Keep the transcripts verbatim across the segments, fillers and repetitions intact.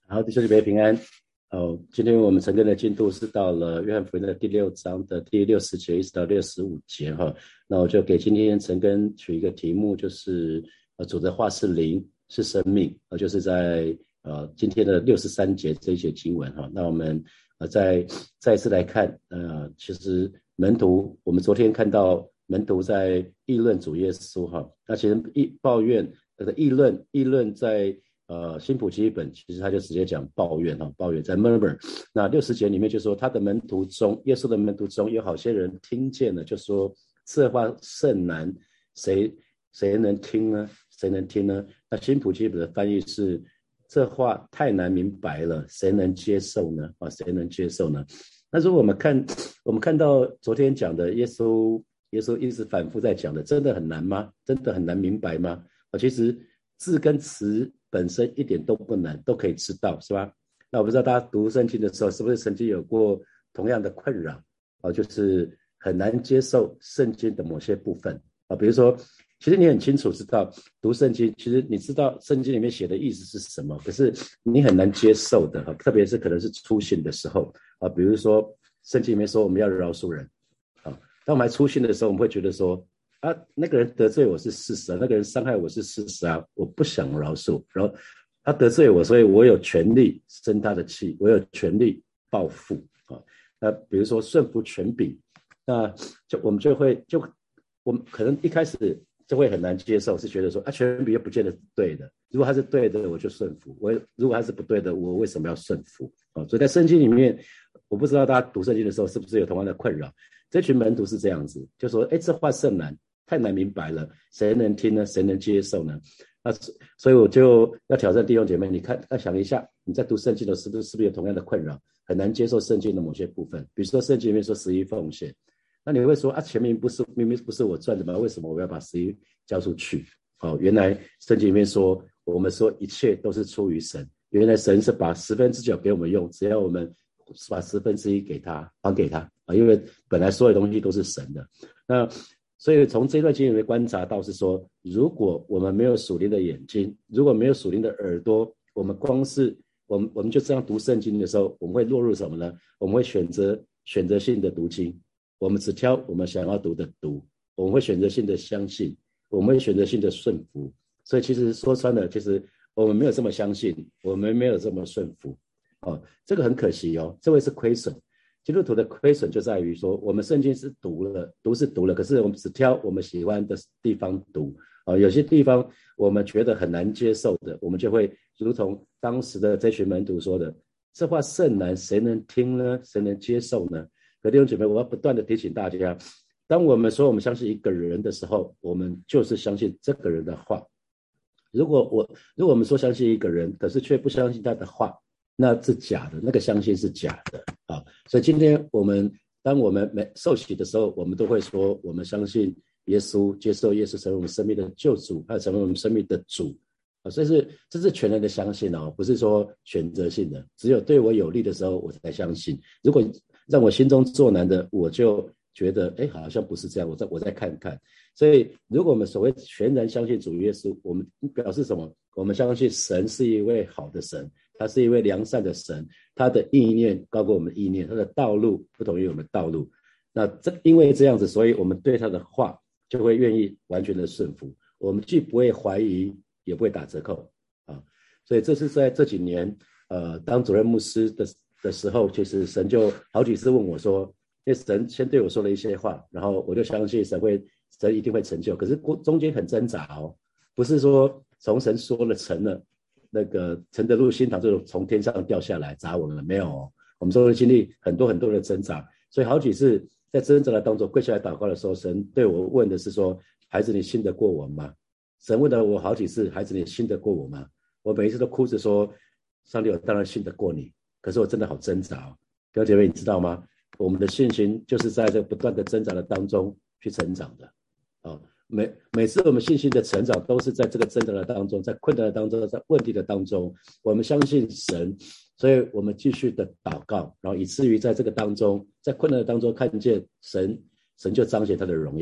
好，弟兄姐妹平安。哦，今天我们晨更的进度是到了约翰福音的第六章的第六十节一直到六十五节哈。那我就给今天晨更取一个题目，就是呃主的话是灵，是生命，呃就是在呃今天的六十三节这一节经文哈。那我们呃再再一次来看，呃其实门徒，我们昨天看到门徒在议论主耶稣哈。那其实议抱怨呃议论议论在。呃，新普基本其实他就直接讲抱怨哈，抱怨在 murmur。那六十节里面就说，他的门徒中，耶稣的门徒中有好些人听见了，就说这话甚难，谁谁能听呢？谁能听呢？那新普基本的翻译是，这话太难明白了，谁能接受呢？啊，谁能接受呢？那如果我们看，我们看到昨天讲的耶稣，耶稣一直反复在讲的，真的很难吗？真的很难明白吗？啊，其实字跟词本身一点都不难，都可以知道，是吧？那我不知道大家读圣经的时候，是不是曾经有过同样的困扰啊？就是很难接受圣经的某些部分啊，比如说，其实你很清楚知道读圣经，其实你知道圣经里面写的意思是什么，可是你很难接受的，特别是可能是初信的时候啊，比如说圣经里面说我们要饶恕人啊，当我们还初信的时候，我们会觉得说。啊，那个人得罪我是事实啊，那个人伤害我是事实啊，我不想饶恕。然后他得罪我，所以我有权利生他的气，我有权利报复啊。那比如说顺服权柄，那就我们就会就我们可能一开始就会很难接受，是觉得说啊，权柄又不见得是对的。如果他是对的，我就顺服；我如果他是不对的，我为什么要顺服啊？所以在圣经里面，我不知道大家读圣经的时候是不是有同样的困扰。这群门徒是这样子，就说：哎，这话甚难。太难明白了，谁能听呢？谁能接受呢？那所以我就要挑战弟兄姐妹，你看，要想一下，你在读圣经的时候，是不是有同样的困扰，很难接受圣经的某些部分？比如说圣经里面说十一奉献，那你会说啊，前面不是明明不是我赚的吗？为什么我要把十一交出去？哦，原来圣经里面说，我们说一切都是出于神，原来神是把十分之九给我们用，只要我们把十分之一给他，还给他啊，因为本来所有东西都是神的。那所以从这段经文观察到是说，如果我们没有属灵的眼睛，如果没有属灵的耳朵，我们光是我们我们就这样读圣经的时候，我们会落入什么呢？我们会选择选择性的读经，我们只挑我们想要读的读，我们会选择性的相信，我们会选择性的顺服。所以其实说穿了，其实我们没有这么相信，我们没有这么顺服，哦，这个很可惜哦，这会是亏损。基督徒的亏损就在于说，我们圣经是读了，读是读了，可是我们只挑我们喜欢的地方读啊。有些地方我们觉得很难接受的，我们就会如同当时的这群门徒说的：“这话甚难，谁能听呢？谁能接受呢？”可弟兄姐妹，我要不断的提醒大家，当我们说我们相信一个人的时候，我们就是相信这个人的话。如果我如果我们说相信一个人，可是却不相信他的话，那是假的，那个相信是假的啊。所以今天我们当我们受洗的时候，我们都会说我们相信耶稣，接受耶稣成为我们生命的救主，还有成为我们生命的主啊。所以是这是全然的相信哦，不是说选择性的，只有对我有利的时候我才相信。如果让我心中作难的，我就觉得哎，好像不是这样，我再我再看看。所以如果我们所谓全然相信主耶稣，我们表示什么？我们相信神是一位好的神，他是一位良善的神，他的意念高过我们的意念，他的道路不同于我们的道路。那这因为这样子，所以我们对他的话就会愿意完全的顺服，我们既不会怀疑，也不会打折扣啊。所以这是在这几年，呃，当主任牧师的的时候，其实神就好几次问我说，因为神先对我说了一些话，然后我就相信神会，神一定会成就。可是中间很挣扎哦，不是说从神说了成了。那个承德路新堂就从天上掉下来砸我们了，没有哦。我们都会经历很多很多的挣扎，所以好几次在挣扎的当中跪下来祷告的时候，神对我问的是说：孩子，你信得过我吗？神问了我好几次：孩子，你信得过我吗？我每一次都哭着说：上帝，我当然信得过你，可是我真的好挣扎哦。弟兄姐妹，你知道吗？我们的信心就是在这不断的挣扎的当中去成长的哦。每每次我们信心的成长都是在这个挣扎的当中，在困难的当中，在问题的当中，我们相信神，所以我们继续的祷告，然后以至于在这个当中，在困难的当中看见神，神就彰显他的荣耀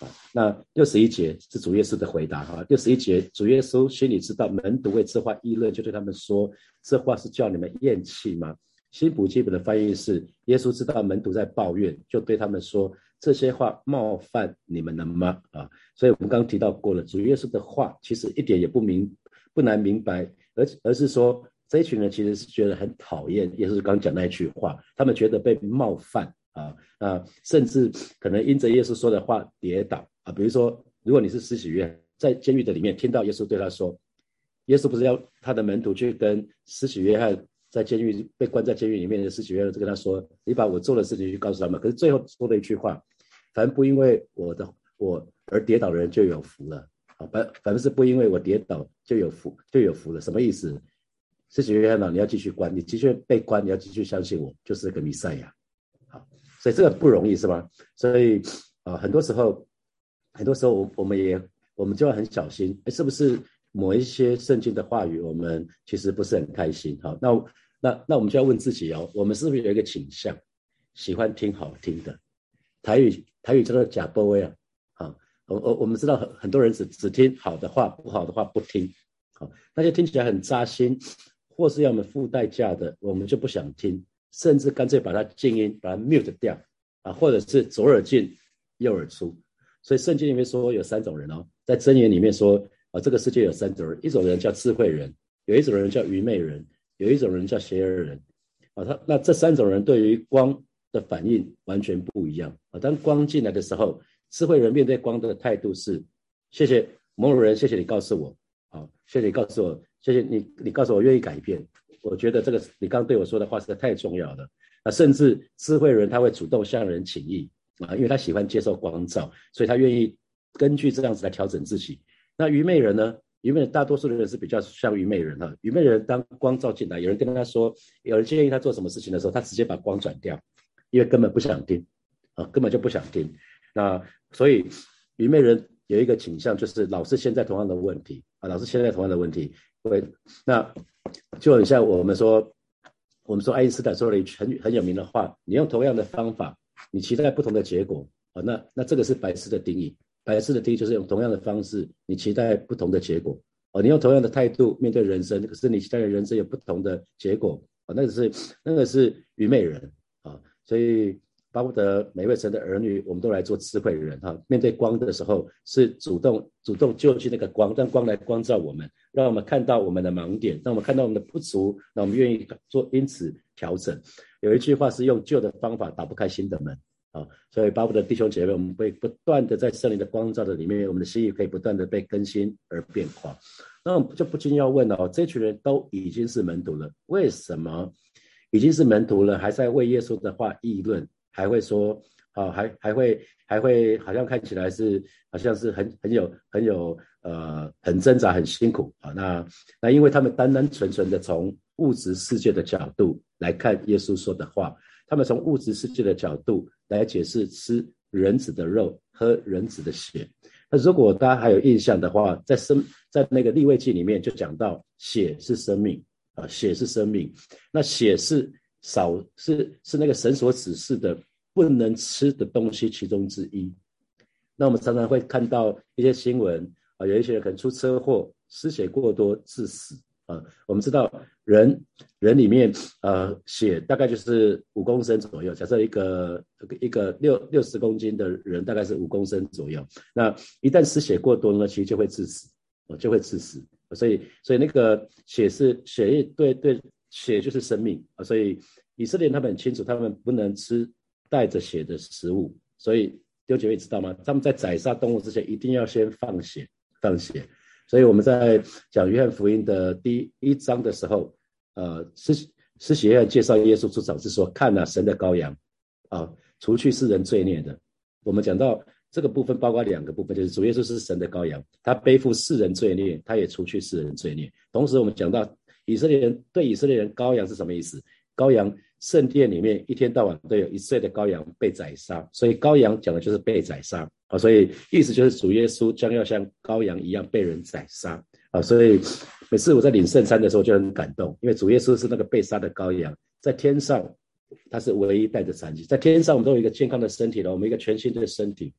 那六十一节是主耶稣的回答哈，六十一节主耶稣心里知道门徒为这话议论，就对他们说：这话是叫你们厌弃吗？新普基本的翻译是：耶稣知道门徒在抱怨，就对他们说：这些话冒犯你们了吗？啊，所以我们刚刚提到过了，主耶稣的话其实一点也不明不难明白，而而是说这一群人其实是觉得很讨厌耶稣刚讲那一句话，他们觉得被冒犯啊，啊，甚至可能因着耶稣说的话跌倒啊。比如说，如果你是施洗约翰，在监狱的里面听到耶稣对他说，耶稣不是要他的门徒去跟施洗约翰在监狱被关在监狱里面的施洗约翰就跟他说，你把我做的事情去告诉他们。可是最后说了一句话，凡不因为我的我而跌倒的人就有福了。凡凡是不因为我跌倒就有福就有福了，什么意思？施洗约翰啊，你要继续关，你继续被关，你要继续相信我，就是个弥赛亚。好，所以这个不容易是吧？所以啊、呃，很多时候，很多时候我们也我们就要很小心，是不是某一些圣经的话语我们其实不是很开心？好，那那那我们就要问自己哦，我们是不是有一个倾向，喜欢听好听的？台语台语叫做假波威啊，好，我我我们知道很很多人只只听好的话，不好的话不听，好，那些听起来很扎心，或是要我们付代价的，我们就不想听，甚至干脆把它静音，把它 mute 掉啊，或者是左耳进右耳出。所以圣经里面说有三种人哦，在箴言里面说啊，这个世界有三种人，一种人叫智慧人，有一种人叫愚昧人，有一种人叫邪恶人啊。他那这三种人对于光的反应完全不一样啊。当光进来的时候，智慧人面对光的态度是：谢谢某某人，谢谢你告诉我，好，谢谢你告诉我，谢谢你，你告诉我愿意改变。我觉得这个你刚刚对我说的话实在太重要了啊。甚至智慧人他会主动向人请益啊，因为他喜欢接受光照，所以他愿意根据这样子来调整自己。那愚昧人呢？愚昧人大多数的人是比较像愚昧人哈。愚昧人当光照进来，有人跟他说，有人建议他做什么事情的时候，他直接把光转掉，因为根本不想听啊，根本就不想听。那所以愚昧人有一个倾向，就是老是陷在同样的问题啊，老是陷在同样的问题。对，那就很像我们说，我们说爱因斯坦说了一句很很有名的话：你用同样的方法，你期待不同的结果啊，那那这个是白痴的定义。白痴的定义就是用同样的方式，你期待不同的结果哦。你用同样的态度面对人生，可是你期待的人生有不同的结果啊，那个是那个是愚昧人啊。所以巴不得每位神的儿女，我们都来做智慧人哈。面对光的时候，是主动主动就去那个光，让光来光照我们，让我们看到我们的盲点，让我们看到我们的不足，那我们愿意做因此调整。有一句话是用旧的方法打不开新的门。啊，所以巴不得弟兄姐妹，我们会不断的在圣灵的光照的里面，我们的心意可以不断的被更新而变化。那我们就不禁要问哦，这群人都已经是门徒了，为什么已经是门徒了，还在为耶稣的话议论，还会说啊，还还会还会好像看起来是好像是很很有很有呃很挣扎很辛苦啊。那那因为他们单单纯纯的从物质世界的角度来看耶稣说的话。他们从物质世界的角度来解释吃人子的肉、喝人子的血。那如果大家还有印象的话，在生在那个利未记里面就讲到，血是生命啊，血是生命。那血是少是是那个神所指示的不能吃的东西其中之一。那我们常常会看到一些新闻啊，有一些人可能出车祸，失血过多致死。啊，我们知道人人里面呃血大概就是五公升左右，假设一个一个六六十公斤的人大概是五公升左右，那一旦失血过多呢，其实就会致死，哦，就会致死。所以所以那个血是血液，对对，血就是生命啊，所以以色列人他们很清楚，他们不能吃带着血的食物，所以弟兄姐妹知道吗？他们在宰杀动物之前一定要先放血，放血。所以我们在讲约翰福音的第一章的时候，呃，施施洗约翰介绍耶稣出场是说，看啊，神的羔羊啊，除去世人罪孽的。我们讲到这个部分包括两个部分，就是主耶稣是神的羔羊，他背负世人罪孽，他也除去世人罪孽。同时我们讲到以色列人，对以色列人羔羊是什么意思？羔羊圣殿里面一天到晚都有一岁的羔羊被宰杀，所以羔羊讲的就是被宰杀啊，所以意思就是主耶稣将要像羔羊一样被人宰杀啊，所以每次我在领圣餐的时候就很感动，因为主耶稣是那个被杀的羔羊，在天上他是唯一带着残疾，在天上我们都有一个健康的身体了，我们一个全新的身体，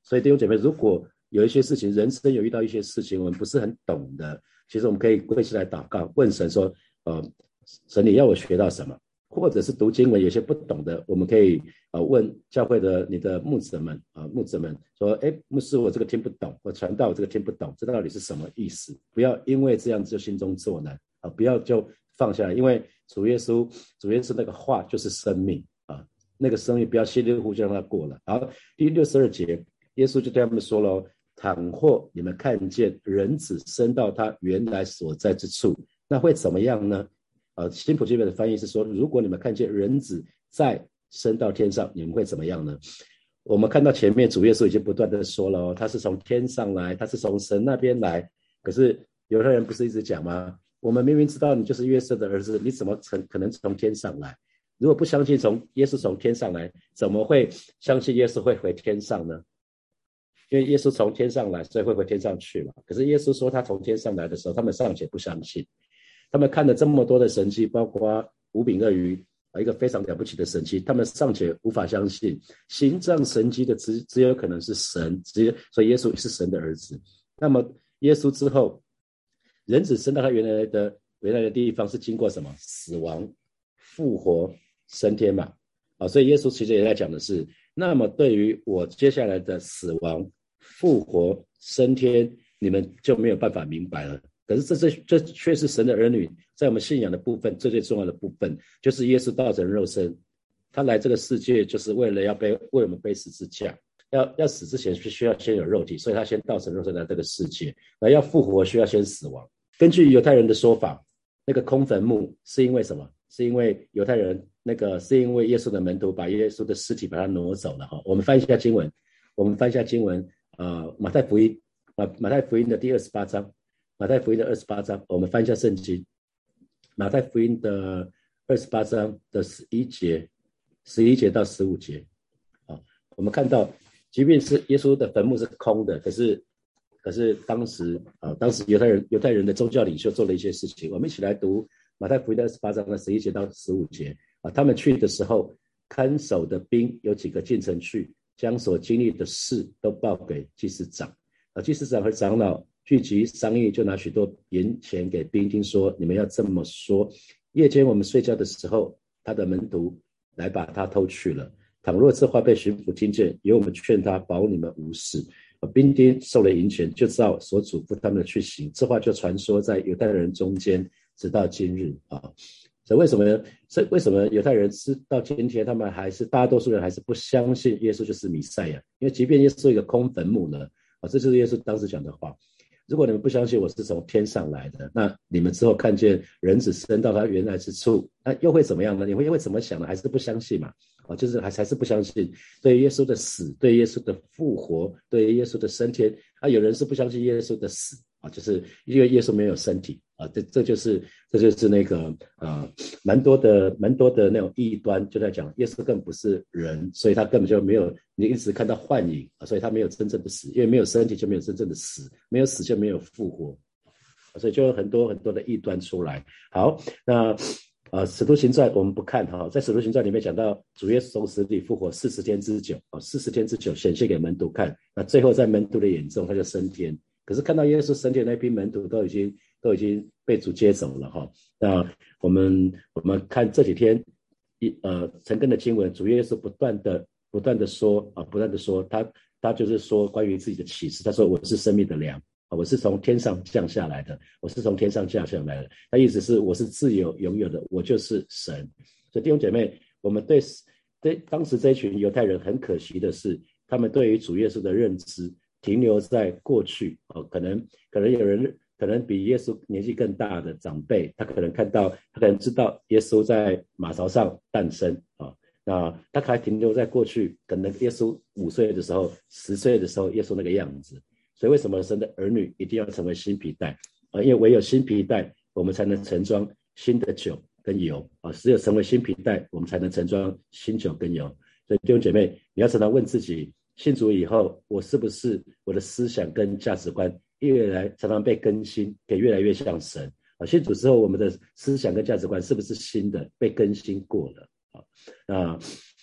所以弟兄姐妹，如果有一些事情，人生有遇到一些事情，我们不是很懂的，其实我们可以跪下来祷告，问神说，呃，神你要我学到什么？或者是读经文有些不懂的，我们可以呃问教会的你的牧者们啊、呃，牧者们说，哎，牧师我这个听不懂，我传道我这个听不懂，这到底是什么意思？不要因为这样就心中作难啊、呃，不要就放下来，因为主耶稣主耶稣那个话就是生命啊、呃，那个生命不要稀里糊涂就让它过了。好，第六十二节，耶稣就对他们说了，倘或你们看见人子升到他原来所在之处，那会怎么样呢？呃，新普金本的翻译是说，如果你们看见人子再升到天上，你们会怎么样呢？我们看到前面主耶稣已经不断的说了、哦，他是从天上来，他是从神那边来。可是犹太人不是一直讲吗？我们明明知道你就是约瑟的儿子，你怎么可能从天上来？如果不相信从耶稣从天上来，怎么会相信耶稣会回天上呢？因为耶稣从天上来，所以会回天上去嘛。可是耶稣说他从天上来的时候，他们尚且不相信。他们看了这么多的神迹，包括五饼二鱼，一个非常了不起的神迹，他们尚且无法相信，行这样神迹的只只有可能是神，只有所以耶稣是神的儿子。那么耶稣之后，人子升到他原来的原来的地方是经过什么？死亡、复活、升天嘛。啊，所以耶稣其实也在讲的是，那么对于我接下来的死亡、复活、升天，你们就没有办法明白了。可是这这这却是神的儿女在我们信仰的部分最最重要的部分，就是耶稣道成肉身，他来这个世界就是为了要背为我们背十字架，要要死之前需要先有肉体，所以他先道成肉身来这个世界，那要复活需要先死亡。根据犹太人的说法，那个空坟墓是因为什么？是因为犹太人那个是因为耶稣的门徒把耶稣的尸体把它挪走了哈。我们翻一下经文，我们翻一下经文，呃，马太福音马马太福音的第二十八章。马太福音的二十八章，我们翻一下圣经。马太福音的二十八章的十一节，十一节到十五节，啊，我们看到，即便是耶稣的坟墓是空的，可是，可是当时啊，当时犹太人犹太人的宗教领袖做了一些事情。我们一起来读马太福音的二十八章的十一节到十五节啊。他们去的时候，看守的兵有几个进城去，将所经历的事都报给祭司长啊，祭司长和长老聚集商议，就拿许多银钱给兵丁说，你们要这么说，夜间我们睡觉的时候，他的门徒来把他偷去了，倘若这话被巡抚听见，由我们劝他保你们无事。兵丁受了银钱，就照所嘱咐他们的去行，这话就传说在犹太人中间，直到今日啊。所以为什么呢？所以为什么犹太人是到今天，他们还是大多数人还是不相信耶稣就是弥赛亚？因为即便耶稣是一个空坟墓呢，啊，这就是耶稣当时讲的话。如果你们不相信我是从天上来的，那你们之后看见人子升到他原来之处，那又会怎么样呢？你会会怎么想呢？还是不相信嘛？啊，就是还还是不相信对耶稣的死，对耶稣的复活，对耶稣的升天。啊，有人是不相信耶稣的死啊，就是因为耶稣没有身体啊，这这就是这就是那个啊，蛮多的蛮多的那种异端就在讲耶稣根本不是人，所以他根本就没有，你一直看到幻影啊，所以他没有真正的死，因为没有身体就没有真正的死，没有死就没有复活，所以就有很多很多的异端出来。好，那呃，使徒行传我们不看哈，在使徒行传里面讲到主耶稣从死里复活四十天之久，哦，四十天之久显现给门徒看，那最后在门徒的眼中他就升天。可是看到耶稣升天那批门徒都已经都已经被主接走了哈。那我们我们看这几天一呃陈根的经文，主耶稣不断的不断的说啊，不断的说他他就是说关于自己的启示，他说我是生命的粮。我是从天上降下来的，我是从天上降下来的。他意思是我是自由拥有的，我就是神。所以弟兄姐妹，我们对对当时这一群犹太人很可惜的是，他们对于主耶稣的认知停留在过去。哦，可能可能有人可能比耶稣年纪更大的长辈，他可能看到，他可能知道耶稣在马槽上诞生啊。那他还停留在过去，可能耶稣五岁的时候、十岁的时候，耶稣那个样子。所以为什么神的儿女一定要成为新皮带啊？因为唯有新皮带，我们才能盛装新的酒跟油啊！只有成为新皮带，我们才能盛装新酒跟油。所以弟兄姐妹，你要常常问自己：信主以后，我是不是我的思想跟价值观越来常常被更新，可以越来越像神啊？信主之后，我们的思想跟价值观是不是新的，被更新过了啊？那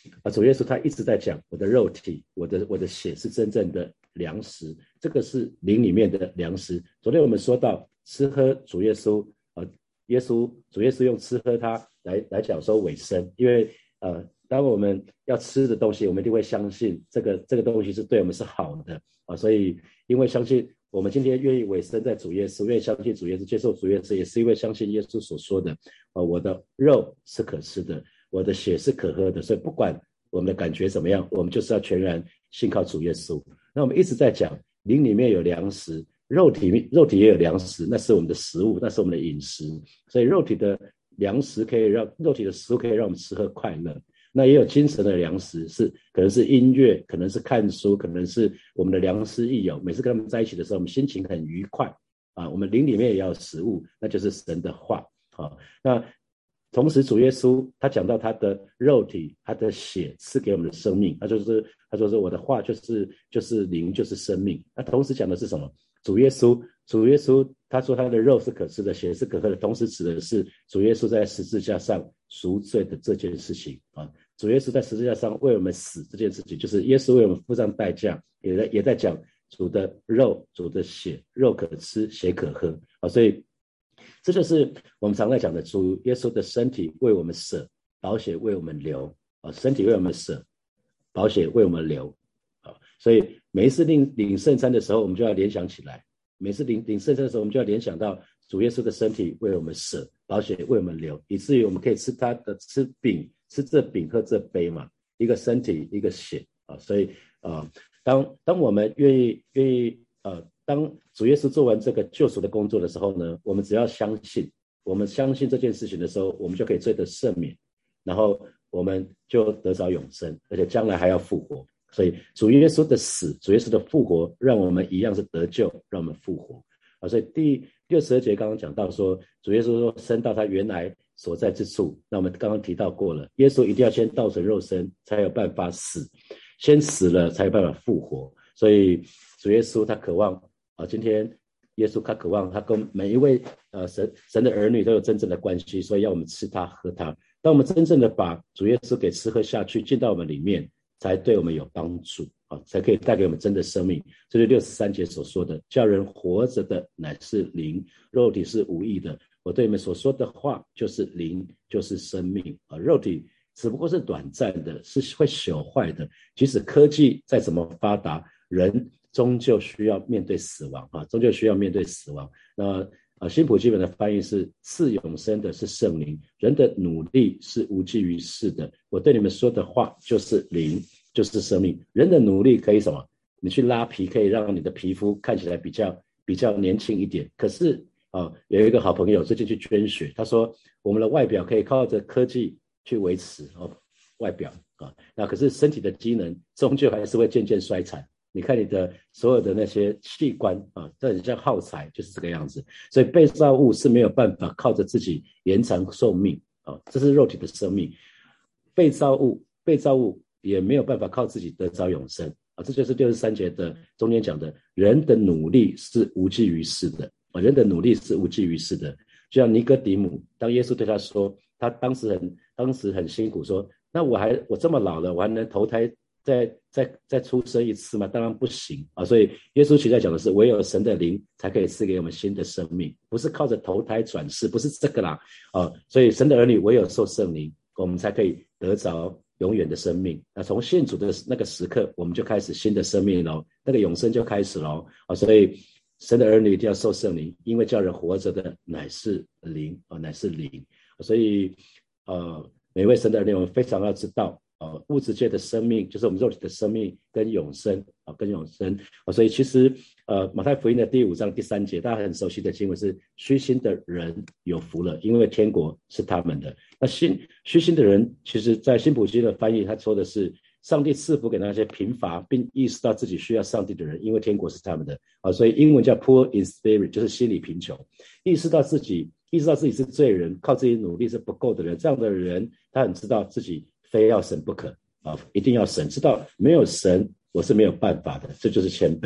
啊，主耶稣他一直在讲我的肉体，我的我的血是真正的粮食，这个是灵里面的粮食。昨天我们说到吃喝主耶稣，呃，耶稣主耶稣用吃喝他来来讲说尾声，因为呃，当我们要吃的东西，我们一定会相信这个这个东西是对我们是好的啊，所以因为相信。我们今天愿意委身在主耶稣，愿意相信主耶稣，接受主耶稣，也是因为相信耶稣所说的，呃，我的肉是可吃的，我的血是可喝的，所以不管我们的感觉怎么样，我们就是要全然信靠主耶稣。那我们一直在讲，灵里面有粮食，肉体肉体也有粮食，那是我们的食物，那是我们的饮食，所以肉体的粮食可以让肉体的食物可以让我们吃喝快乐。那也有精神的粮食，是可能是音乐，可能是看书，可能是我们的良师益友。每次跟他们在一起的时候，我们心情很愉快啊。我们灵里面也要有食物，那就是神的话啊。那同时，主耶稣他讲到他的肉体、他的血赐给我们的生命，他就是他说是我的话就是就是灵，就是生命。那同时讲的是什么？主耶稣，主耶稣他说他的肉是可吃的，血是可喝的，同时指的是主耶稣在十字架上赎罪的这件事情啊。主耶稣在十字架上为我们死这件事情，就是耶稣为我们付上代价，也在也在讲主的肉、主的血，肉可吃，血可喝啊。所以这就是我们常在讲的，主耶稣的身体为我们舍，宝血为我们流啊，身体为我们舍，宝血为我们流啊。所以每一次领领圣餐的时候，我们就要联想起来；每次领领圣餐的时候，我们就要联想到主耶稣的身体为我们舍，宝血为我们流，以至于我们可以吃他的吃饼。吃这饼喝这杯嘛，一个身体一个血啊，所以呃，当当我们愿意愿意呃，当主耶稣做完这个救赎的工作的时候呢，我们只要相信，我们相信这件事情的时候，我们就可以罪得赦免，然后我们就得着永生，而且将来还要复活。所以主耶稣的死，主耶稣的复活，让我们一样是得救，让我们复活啊。所以第六十二节刚刚讲到说，主耶稣说升到他原来所在之处，那我们刚刚提到过了，耶稣一定要先道成肉身才有办法死，先死了才有办法复活。所以主耶稣他渴望啊，今天耶稣他渴望他跟每一位呃神神的儿女都有真正的关系，所以要我们吃他喝他。当我们真正的把主耶稣给吃喝下去，进到我们里面，才对我们有帮助啊，才可以带给我们真的生命。这是六十三节所说的，叫人活着的乃是灵，肉体是无益的。我对你们所说的话就是灵，就是生命啊。肉体只不过是短暂的，是会朽坏的。即使科技再怎么发达，人终究需要面对死亡啊，终究需要面对死亡。那啊，新普基本的翻译是赐永生的是圣灵，人的努力是无济于事的。我对你们说的话就是灵，就是生命。人的努力可以什么？你去拉皮，可以让你的皮肤看起来比较比较年轻一点。可是啊，有一个好朋友最近去捐血，他说我们的外表可以靠着科技去维持哦，外表啊，那可是身体的机能终究还是会渐渐衰残。你看你的所有的那些器官啊，这很像耗材，就是这个样子。所以被造物是没有办法靠着自己延长寿命啊，这是肉体的生命。被造物，被造物也没有办法靠自己得着永生啊，这就是六十三节的中间讲的，人的努力是无济于事的。人的努力是无济于事的，就像尼哥底母，当耶稣对他说，他当时很当时很辛苦，说，那我还我这么老了，我还能投胎再再再出生一次吗？当然不行啊！所以耶稣其实在讲的是，唯有神的灵才可以赐给我们新的生命，不是靠着投胎转世，不是这个啦啊！所以神的儿女唯有受圣灵，我们才可以得着永远的生命。那从信主的那个时刻，我们就开始新的生命咯，那个永生就开始咯啊！所以神的儿女一定要受圣灵，因为叫人活着的乃是灵啊，乃是灵。所以呃，每位神的儿女，我们非常要知道，呃，物质界的生命就是我们肉体的生命跟永生啊，跟永生啊。所以其实呃，马太福音的第五章第三节，大家很熟悉的经文是：虚心的人有福了，因为天国是他们的。那心虚心的人，其实在新普金的翻译，他说的是，上帝赐福给那些贫乏并意识到自己需要上帝的人，因为天国是他们的啊。所以英文叫 poor in spirit， 就是心理贫穷，意识到自己意识到自己是罪人，靠自己努力是不够的人。这样的人，他很知道自己非要神不可啊，一定要神，知道没有神我是没有办法的，这就是谦卑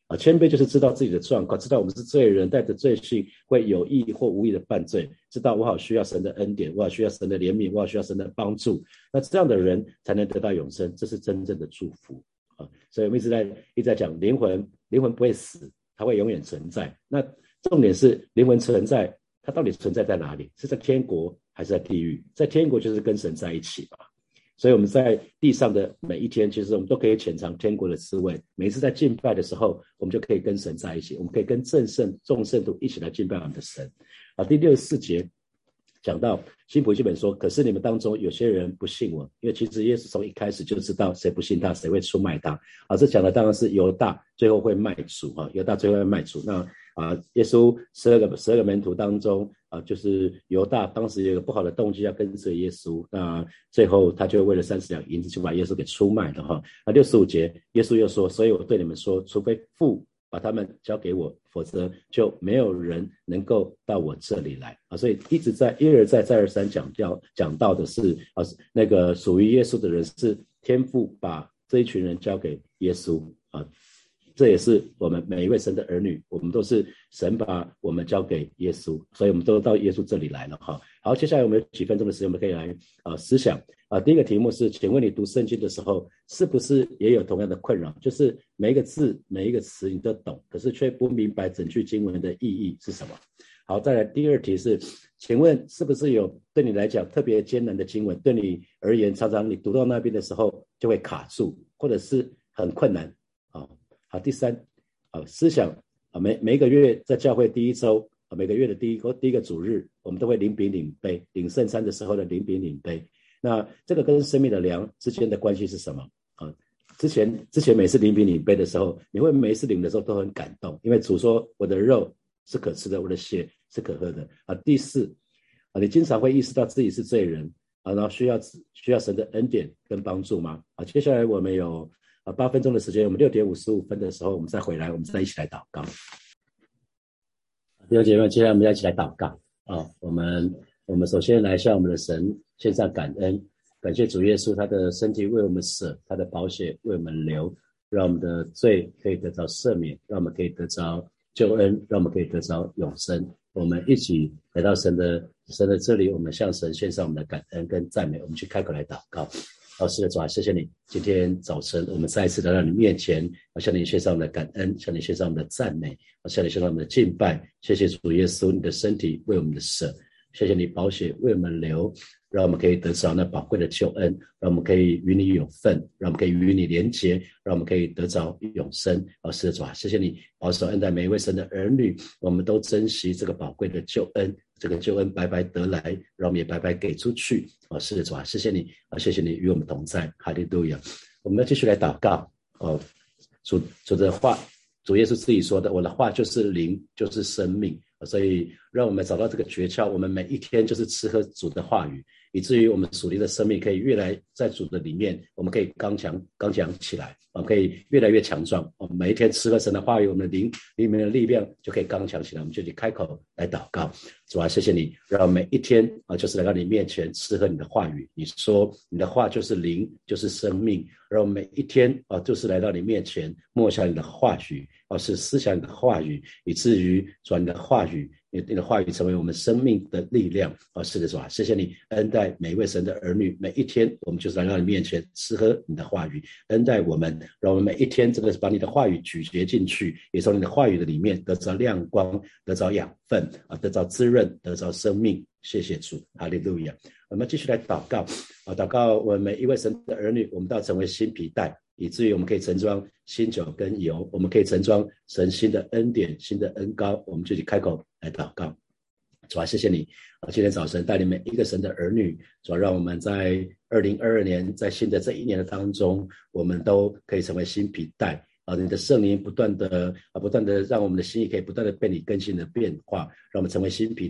啊，谦卑就是知道自己的状况，知道我们是罪人，带着罪性会有意或无意的犯罪，知道我好需要神的恩典，我好需要神的怜悯，我好需要神的帮助。那这样的人才能得到永生，这是真正的祝福啊！所以我们一直在一直在讲灵魂，灵魂不会死，它会永远存在。那重点是灵魂存在，它到底存在在哪里？是在天国还是在地狱？在天国就是跟神在一起嘛。所以我们在地上的每一天，其实我们都可以浅尝天国的滋味。每一次在敬拜的时候，我们就可以跟神在一起，我们可以跟正圣众圣徒一起来敬拜我们的神。啊，第六十四节讲到新普基本说，可是你们当中有些人不信我，因为其实耶稣从一开始就知道谁不信他，谁会出卖他。啊，这讲的当然是犹大最后会卖主啊，犹大最后会卖主。那啊，耶稣十二个十二个门徒当中啊，就是犹大当时有一个不好的动机要跟随耶稣，那最后他就为了三十两银子就把耶稣给出卖了哈。那六十五节，耶稣又说，所以我对你们说，除非父把他们交给我，否则就没有人能够到我这里来啊。所以一直在一而再再而三讲到讲到的是啊，那个属于耶稣的人是天父把这一群人交给耶稣啊。这也是我们每一位神的儿女，我们都是神把我们交给耶稣，所以我们都到耶稣这里来了哈。好，接下来我们有几分钟的时间，我们可以来啊、呃、思想啊。第一个题目是，请问你读圣经的时候，是不是也有同样的困扰？就是每一个字、每一个词你都懂，可是却不明白整句经文的意义是什么？好，再来第二题是，请问是不是有对你来讲特别艰难的经文，对你而言，常常你读到那边的时候就会卡住，或者是很困难啊？好，第三，啊，思想啊，每每一个月在教会第一周啊，每个月的第一个第一个主日，我们都会领饼领杯，领圣餐的时候的领饼领杯。那这个跟生命的粮之间的关系是什么啊？之前之前每次领饼领杯的时候，你会每一次领的时候都很感动，因为主说我的肉是可吃的，我的血是可喝的啊。第四啊，你经常会意识到自己是罪人啊，然后需要需要神的恩典跟帮助吗？啊，接下来我们有。啊，八分钟的时间，我们六点五十五分的时候，我们再回来，我们再一起来祷告。弟兄姐妹，接下来我们要一起来祷告啊！我们我们首先来向我们的神献上感恩，感谢主耶稣，他的身体为我们舍，他的宝血为我们流，让我们的罪可以得到赦免，让我们可以得着救恩，让我们可以得着永生。我们一起来到神的神的这里，我们向神献上我们的感恩跟赞美，我们去开口来祷告。老师的主啊，谢谢你，今天早晨我们再一次来到你面前，向你献上我们的感恩，向你献上我们的赞美，向你献上我们的敬拜。谢谢主耶稣，你的身体为我们的舍，谢谢你宝血为我们流，让我们可以得着那宝贵的救恩，让我们可以与你有份，让我们可以与你连结，让我们可以得着永生。老师的主啊，谢谢你保守恩待每一位神的儿女，我们都珍惜这个宝贵的救恩，这个救恩白白得来，让我们也白白给出去。哦，是的主啊，谢谢你啊，谢谢你与我们同在，哈利路亚。我们要继续来祷告哦，主主的话，主耶稣自己说的，我的话就是灵，就是生命。所以让我们找到这个诀窍，我们每一天就是吃喝主的话语，以至于我们属灵的生命可以越来在主的里面，我们可以刚强刚强起来，我们可以越来越强壮。我们每一天吃喝神的话语，我们的灵里面的力量就可以刚强起来。我们就去开口来祷告，主啊，谢谢你，让我们每一天啊，就是来到你面前吃喝你的话语。你说你的话就是灵，就是生命，让我们每一天啊，就是来到你面前默想你的话语，而是思想你的话语，以至于转你的话语，你的话语成为我们生命的力量。哦，是的，主啊，谢谢你恩待每一位神的儿女，每一天我们就是来到你面前吃喝你的话语，恩待我们，让我们每一天真的是把你的话语咀嚼进去，也从你的话语的里面得着亮光，得着养分啊，得着滋润，得着生命。谢谢主，哈利路亚。我们继续来祷告啊，祷告我们每一位神的儿女，我们都要成为新皮带，以至于我们可以盛装新酒跟油，我们可以盛装神新的恩典、新的恩膏。我们就去开口来祷告。主啊，谢谢你啊！今天早晨带领每一个神的儿女，主啊，让我们在二零二二年，在新的这一年的当中，我们都可以成为新皮带啊！你的圣灵不断的啊，不断的让我们的心意可以不断的被你更新的变化，让我们成为新皮带，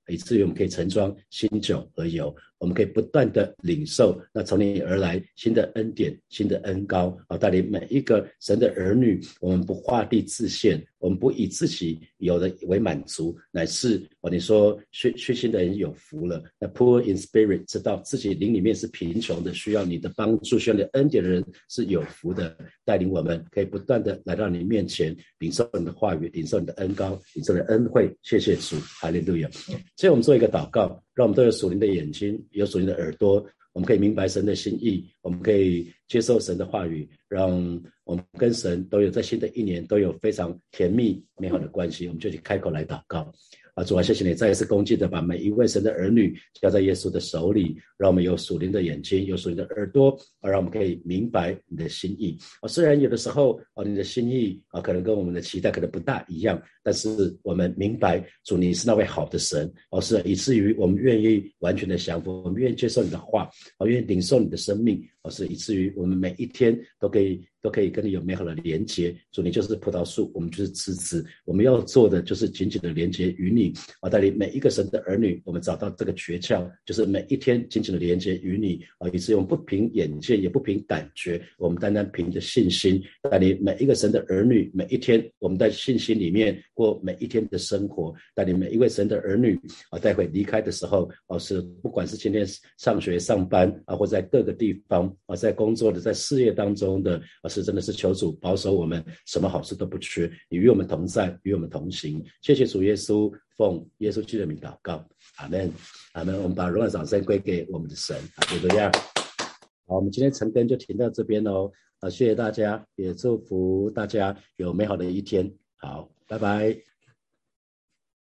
以至于我们可以盛装新酒和油，我们可以不断的领受那从你而来新的恩典、新的恩膏啊，带领每一个神的儿女，我们不画地自限，我们不以自己有的为满足，乃是哦，你说虚虚心的人有福了，那 poor in spirit 知道自己灵里面是贫穷的，需要你的帮助，需要你的恩典的人是有福的，带领我们可以不断的来到你面前，领受你的话语，领受你的恩膏，领受你的恩惠，谢谢主，哈利路亚。所以我们做一个祷告，让我们都有属灵的眼睛，有属灵的耳朵，我们可以明白神的心意，我们可以接受神的话语，让我们跟神都有在新的一年都有非常甜蜜美好的关系。我们就去开口来祷告啊，主啊，谢谢你再一次恭敬的把每一位神的儿女交在耶稣的手里，让我们有属灵的眼睛，有属灵的耳朵啊，让我们可以明白你的心意啊。虽然有的时候啊，你的心意啊，可能跟我们的期待可能不大一样，但是我们明白主你是那位好的神哦，是以至于我们愿意完全的降服，我们愿意接受你的话，哦，愿意领受你的生命哦，是以至于我们每一天都可以都可以跟你有美好的连结。主你就是葡萄树，我们就是枝子，我们要做的就是紧紧的连结于你啊，带领每一个神的儿女，我们找到这个诀窍，就是每一天紧紧的连结于你啊，以至于我们不凭眼见，也不凭感觉，我们单单凭着信心，带领每一个神的儿女，每一天我们在信心里面过每一天的生活，带领每一位神的儿女啊，待会离开的时候啊，是不管是今天上学上班啊，或在各个地方啊，在工作的在事业当中的啊，是真的是求主保守我们，什么好事都不缺，你与我们同在，与我们同行。谢谢主耶稣，奉耶稣基督的名祷告，阿们，阿们。我们把荣耀掌声归给我们的神，就这样。好，我们今天晨更就停到这边哦，啊，谢谢大家，也祝福大家有美好的一天。好，拜拜。